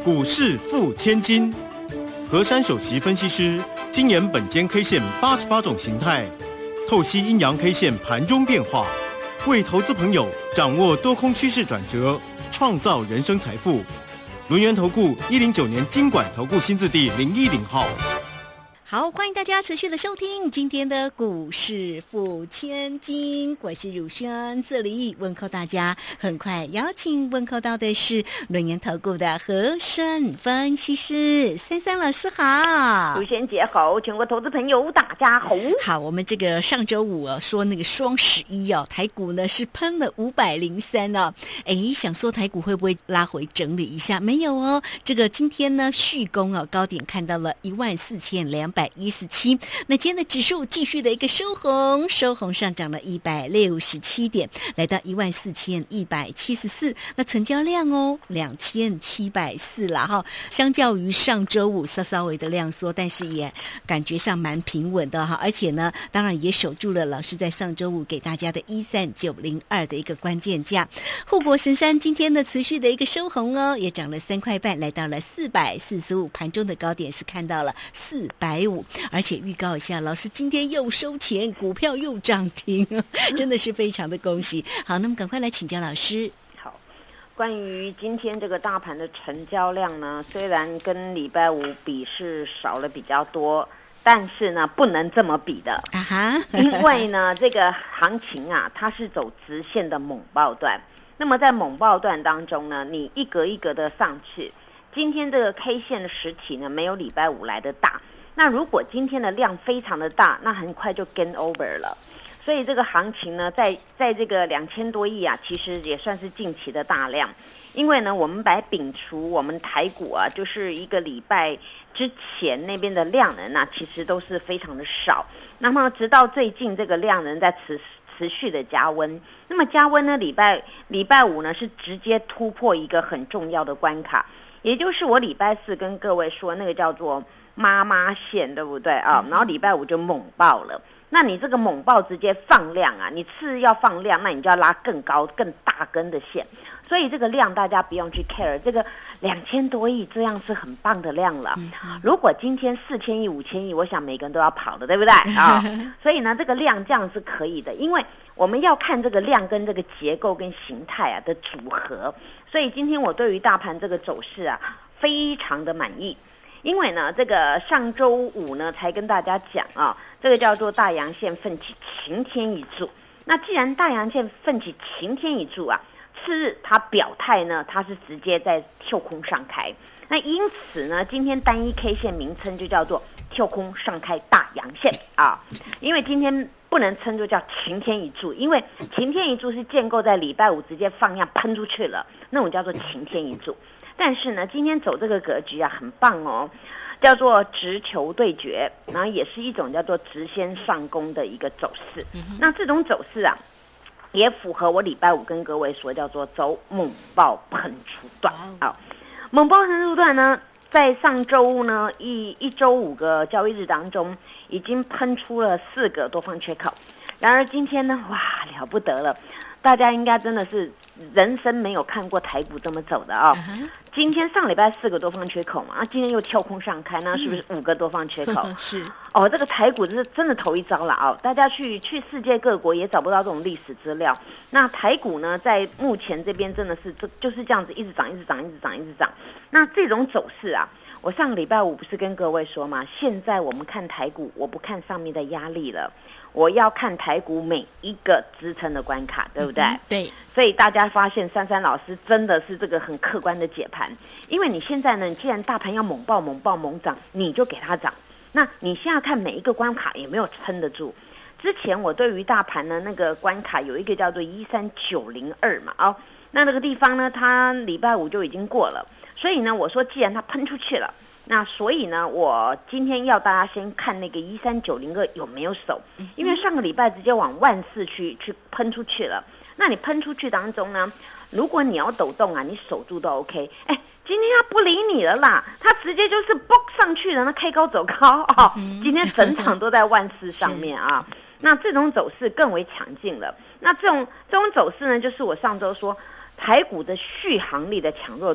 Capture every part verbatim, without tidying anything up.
股市付千金，和山首席分析师精研本间 K 线八十八种形态，透析阴阳 K 线盘中变化，为投资朋友掌握多空趋势转折，创造人生财富。轮源投顾一零九年金管投顾新字第零一零号。 好，欢迎大家持续的收听今天的股市付千金，我是汝轩，这里问候大家。很快邀请问候到的是轮源投顾的和山分析师珊珊老师好。 汝轩姐好，全国投资朋友大家好。 好，我们这个上周五啊，说那个双十一哦，台股呢是喷了五百零三哦，哎，想说台股会不会拉回整理一下？没有哦，这个今天呢续攻哦，高点看到了一万四千两百一十七，那今天的指数继续的一个收红，收红上涨了一百六十七点，来到一万四千一百七十四。那成交量哦，两千七百四了哈。相较于上周五稍稍微的量缩，但是也感觉上蛮平稳的哈。而且呢，当然也守住了老师在上周五给大家的一三九零二的一个关键价。护国神山今天呢持续的一个收红哦，也涨了三块半，来到了四百四十五，盘中的高点是看到了四百五。而且预告一下，老师今天又收钱，股票又涨停，真的是非常的恭喜。好，那么赶快来请教老师。 好，关于今天这个大盘的成交量呢，虽然跟礼拜五比是少了比较多，但是呢不能这么比的啊哈，因为呢这个行情啊它是走直线的猛爆段，那么在猛爆段当中呢，你一格一格的上去，今天这个 K 线的实体呢没有礼拜五来的大。那如果今天的量非常的大，那很快就 gain over 了。所以这个行情呢，在在这个两千多亿啊，其实也算是近期的大量。因为呢，我们把摒除我们台股啊，就是一个礼拜之前那边的量能啊，其实都是非常的少。那么直到最近这个量能在持持续的加温，那么加温呢，礼拜礼拜五呢是直接突破一个很重要的关卡，也就是我礼拜四跟各位说那个叫做妈妈线，对不对啊？然后礼拜五就猛爆了。那你这个猛爆直接放量啊，你次日要放量，那你就要拉更高、更大根的线。所以这个量大家不用去 care， 这个两千多亿这样是很棒的量了。如果今天四千亿、五千亿，我想每个人都要跑的，对不对啊？所以呢，这个量这样是可以的，因为我们要看这个量跟这个结构跟形态啊的组合。所以今天我对于大盘这个走势啊，非常的满意。因为呢，这个上周五呢才跟大家讲啊，这个叫做大阳线奋起晴天一柱。那既然大阳线奋起晴天一柱啊，次日它表态呢，它是直接在跳空上开。那因此呢，今天单一 K 线名称就叫做跳空上开大阳线啊。因为今天不能称作叫晴天一柱，因为晴天一柱是建构在礼拜五直接放量喷出去了，那种叫做晴天一柱。但是呢，今天走这个格局啊，很棒哦，叫做直球对决，然后也是一种叫做直线上攻的一个走势。嗯、那这种走势啊，也符合我礼拜五跟各位说叫做走猛爆喷出段。好，猛爆喷出段呢，在上周呢一一周五个交易日当中，已经喷出了四个多方缺口。然而今天呢，哇，了不得了，大家应该真的是人生没有看过台股这么走的啊、哦！ Uh-huh. 今天上礼拜四个多方缺口嘛，啊，今天又跳空上开，那是不是五个多方缺口？ 是哦，这个台股是真的头一遭了啊、哦！大家去去世界各国也找不到这种历史资料。那台股呢，在目前这边真的是这就是这样子，一直涨，一直涨，一直涨，一直涨。那这种走势啊，我上个礼拜五不是跟各位说吗？现在我们看台股，我不看上面的压力了。我要看台股每一个支撑的关卡，对不对？嗯、 对。 所以大家发现珊珊老师真的是这个很客观的解盘，因为你现在呢，既然大盘要猛爆、猛爆、猛涨，你就给它涨。那你现在看每一个关卡有没有撑得住？之前我对于大盘呢那个关卡有一个叫做一三九零二嘛，哦，那那个地方呢，它礼拜五就已经过了，所以呢，我说既然它喷出去了。那所以呢，我今天要大家先看那个一三九零二有没有守，因为上个礼拜直接往万四去去喷出去了。那你喷出去当中呢，如果你要抖动啊，你守住都 OK。哎，今天他不理你了啦，他直接就是蹦上去了，那开高走高哦。今天整场都在万四上面啊，那这种走势更为强劲了。那这种这种走势呢，就是我上周说。台股的续航力的强弱度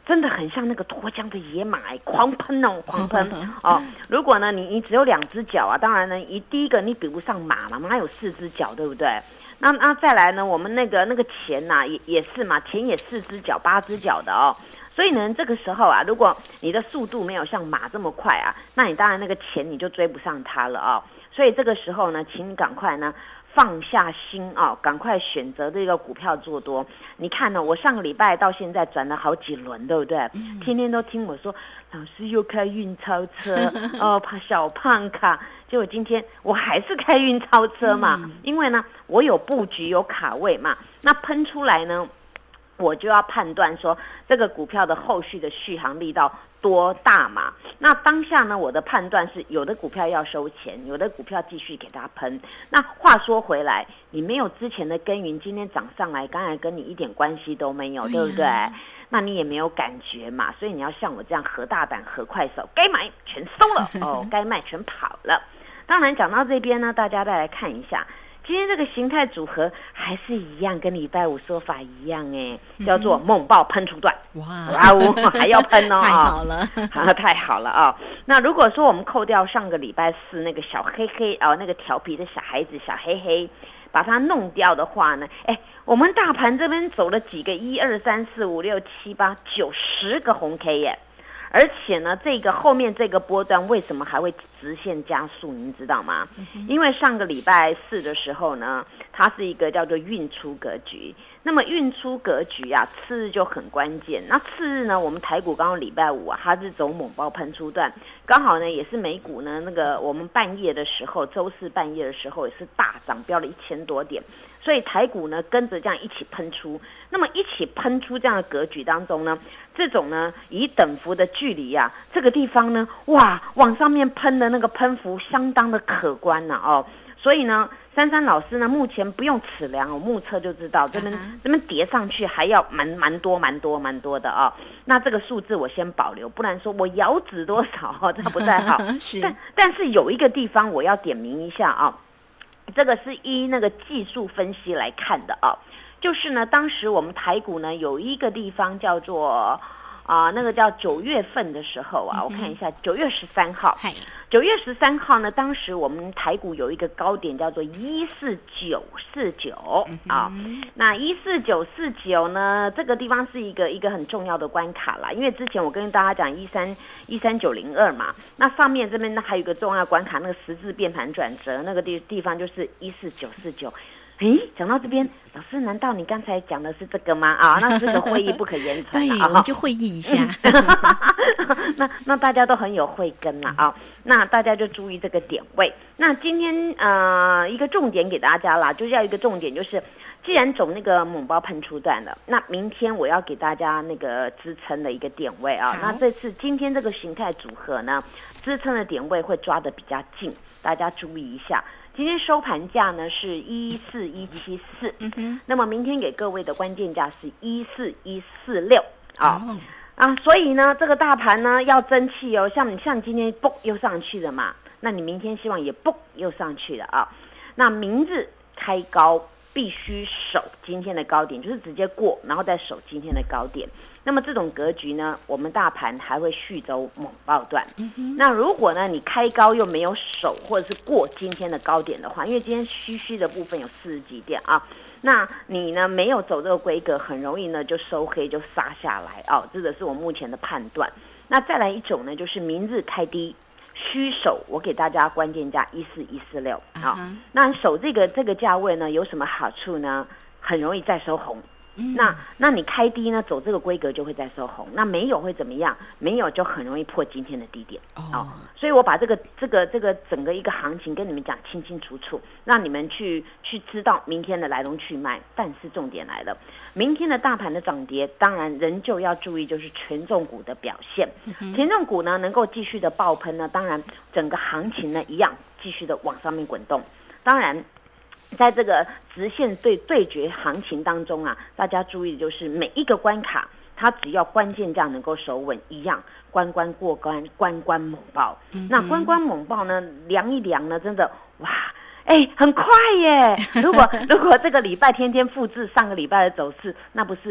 真的很像那个脱缰的野马，狂喷哦，狂喷哦。如果呢，你你只有两只脚啊，当然呢，一第一个你比不上马嘛，马有四只脚，对不对？那那再来呢，我们那个那个钱呐、啊，也也是嘛，钱也四只脚、八只脚的哦。所以呢，这个时候啊，如果你的速度没有像马这么快啊，那你当然那个钱你就追不上它了哦。所以这个时候呢，请你赶快呢。放下心啊，赶快选择这个股票做多。你看呢，我上个礼拜到现在转了好几轮，对不对？嗯、天天都听我说，老师又开运钞车，哦，怕小胖卡。结果今天我还是开运钞车嘛，嗯、因为呢，我有布局有卡位嘛。那喷出来呢，我就要判断说这个股票的后续的续航力道多大嘛。那当下呢，我的判断是有的股票要收钱，有的股票继续给它喷。那话说回来，你没有之前的耕耘，今天涨上来，刚才跟你一点关系都没有， 对,、啊、对不对？那你也没有感觉嘛，所以你要像我这样核大胆核快手，该买全收了哦，该卖全跑了。当然讲到这边呢，大家再来看一下今天这个形态组合还是一样，跟礼拜五说法一样哎，叫做猛爆喷出段。哇哇哦，还要喷哦， 太好了， 啊，太好了啊、哦！那如果说我们扣掉上个礼拜四那个小黑黑哦，那个调皮的小孩子小黑黑，把它弄掉的话呢，哎，我们大盘这边走了几个一二三四五六七八九十个红 K 耶。而且呢，这个后面这个波段为什么还会直线加速？您知道吗？因为上个礼拜四的时候呢，它是一个叫做运出格局。那么运出格局啊，次日就很关键。那次日呢，我们台股刚刚礼拜五啊，它是走猛爆喷出段，刚好呢也是美股呢那个我们半夜的时候，周四半夜的时候也是大涨，飙了一千多点。所以台股呢跟着这样一起喷出，那么一起喷出这样的格局当中呢，这种呢以等幅的距离啊，这个地方呢，哇，往上面喷的那个喷幅相当的可观呐、啊、哦，所以呢，珊珊老师呢目前不用尺量，我目测就知道这边、uh-huh. 这边叠上去还要蛮蛮多蛮多蛮多的啊、哦。那这个数字我先保留，不然说我遥指多少哦，这不太好。是，但但是有一个地方我要点名一下啊、哦。这个是依那个技术分析来看的啊，就是呢，当时我们台股呢有一个地方叫做啊、呃，那个叫九月份的时候啊，我看一下，九月十三号，九月十三号呢，当时我们台股有一个高点叫做一四九四九啊，那一四九四九呢，这个地方是一个一个很重要的关卡啦，因为之前我跟大家讲一三一三九零二嘛，那上面这边呢还有一个重要关卡，那个十字变盘转折那个地地方就是一四九四九。诶，讲到这边，老师，难道你刚才讲的是这个吗？啊，那这个会议不可言传对，我们就会议一下。 那那大家都很有慧根了啊，那大家就注意这个点位。那今天呃一个重点给大家啦，就是要一个重点，就是既然走那个猛爆喷出段了，那明天我要给大家那个支撑的一个点位啊。那这次今天这个形态组合呢，支撑的点位会抓得比较近，大家注意一下。今天收盘价呢是一四一七四，那么明天给各位的关键价是一四一四六啊啊，所以呢，这个大盘呢要争气哦，像你像今天嘣又上去了嘛，那你明天希望也嘣又上去了啊。那明日开高必须守今天的高点，就是直接过，然后再守今天的高点。那么这种格局呢，我们大盘还会续走猛爆段、嗯、那如果呢你开高又没有守或者是过今天的高点的话，因为今天虚虚的部分有四十几点啊，那你呢没有走这个规格，很容易呢就收黑就杀下来哦，这个是我目前的判断。那再来一种呢，就是明日开低虚守，我给大家关键价一四一四六啊，那守这个这个价位呢有什么好处呢？很容易再收红。那那你开低呢，走这个规格就会再收红，那没有会怎么样？没有就很容易破今天的低点哦, 哦。所以我把这个这个这个整个一个行情跟你们讲清清楚楚，让你们去去知道明天的来龙去脉。但是重点来了，明天的大盘的涨跌，当然仍旧要注意就是权重股的表现。嗯、权重股呢能够继续的爆喷呢，当然整个行情呢一样继续的往上面滚动。当然。在这个直线对对决行情当中啊，大家注意的就是每一个关卡，它只要关键价能够守稳，一样关关过关，关关猛爆。嗯、那关关猛爆呢，量一量呢，真的哇，哎，很快耶！如果如果这个礼拜天天复制上个礼拜的走势，那不是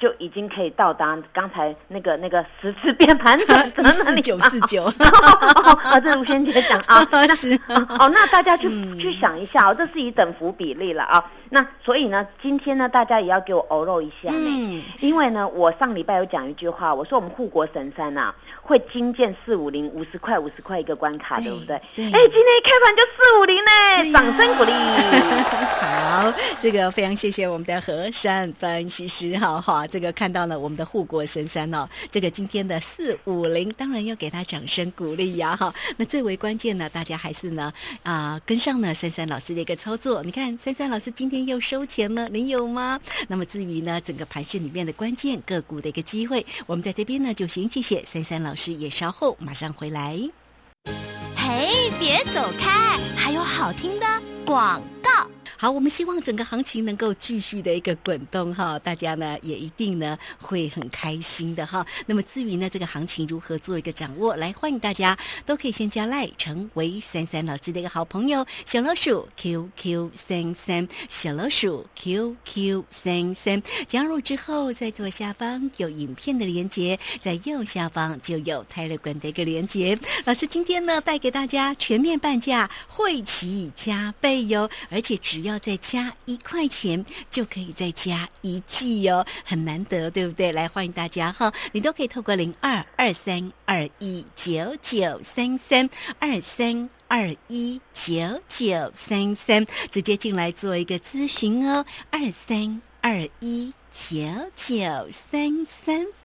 就已经可以到达刚才那个那个十次变盘转折那里。 九四九， 啊，这卢萱姐讲啊， 是哦，那大家去、 嗯、 去想一下哦，这是以等幅比例了啊。那所以呢，今天呢，大家也要给我欧肉一下呢、嗯，因为呢，我上礼拜有讲一句话，我说我们护国神山啊，会精建四五零五十块五十块一个关卡，对不对？哎，今天一开盘就四五零呢，掌声鼓励。 好，这个非常谢谢我们的和善分析师，好好，这个看到了我们的护国神山哦，这个今天的四五零，当然要给他掌声鼓励呀、啊、哈。那最为关键呢，大家还是呢啊、呃、跟上呢珊珊老师的一个操作。你看珊珊老师今天又收钱了，你有吗？那么至于呢整个盘市里面的关键个股的一个机会，我们在这边呢就先谢谢珊珊老师，也稍后马上回来。 嘿，别走开，还有好听的广告。 好，我们希望整个行情能够继续的一个滚动哈，大家呢也一定呢会很开心的哈。那么至于呢这个行情如何做一个掌握，来欢迎大家都可以先加赖成为珊珊老师的一个好朋友，小老鼠 Q Q 三三，小老鼠 Q Q 三三，加入之后在左下方有影片的连结，在右下方就有Telegram的一个连结。老师今天呢带给大家全面半价，会期加倍哟，而且只要要再加一块钱就可以再加一季哦，很难得，对不对？来欢迎大家哈，你都可以透过零二二三二一九九三三二三二一九九三三直接进来做一个咨询哦，二三二一九九三三。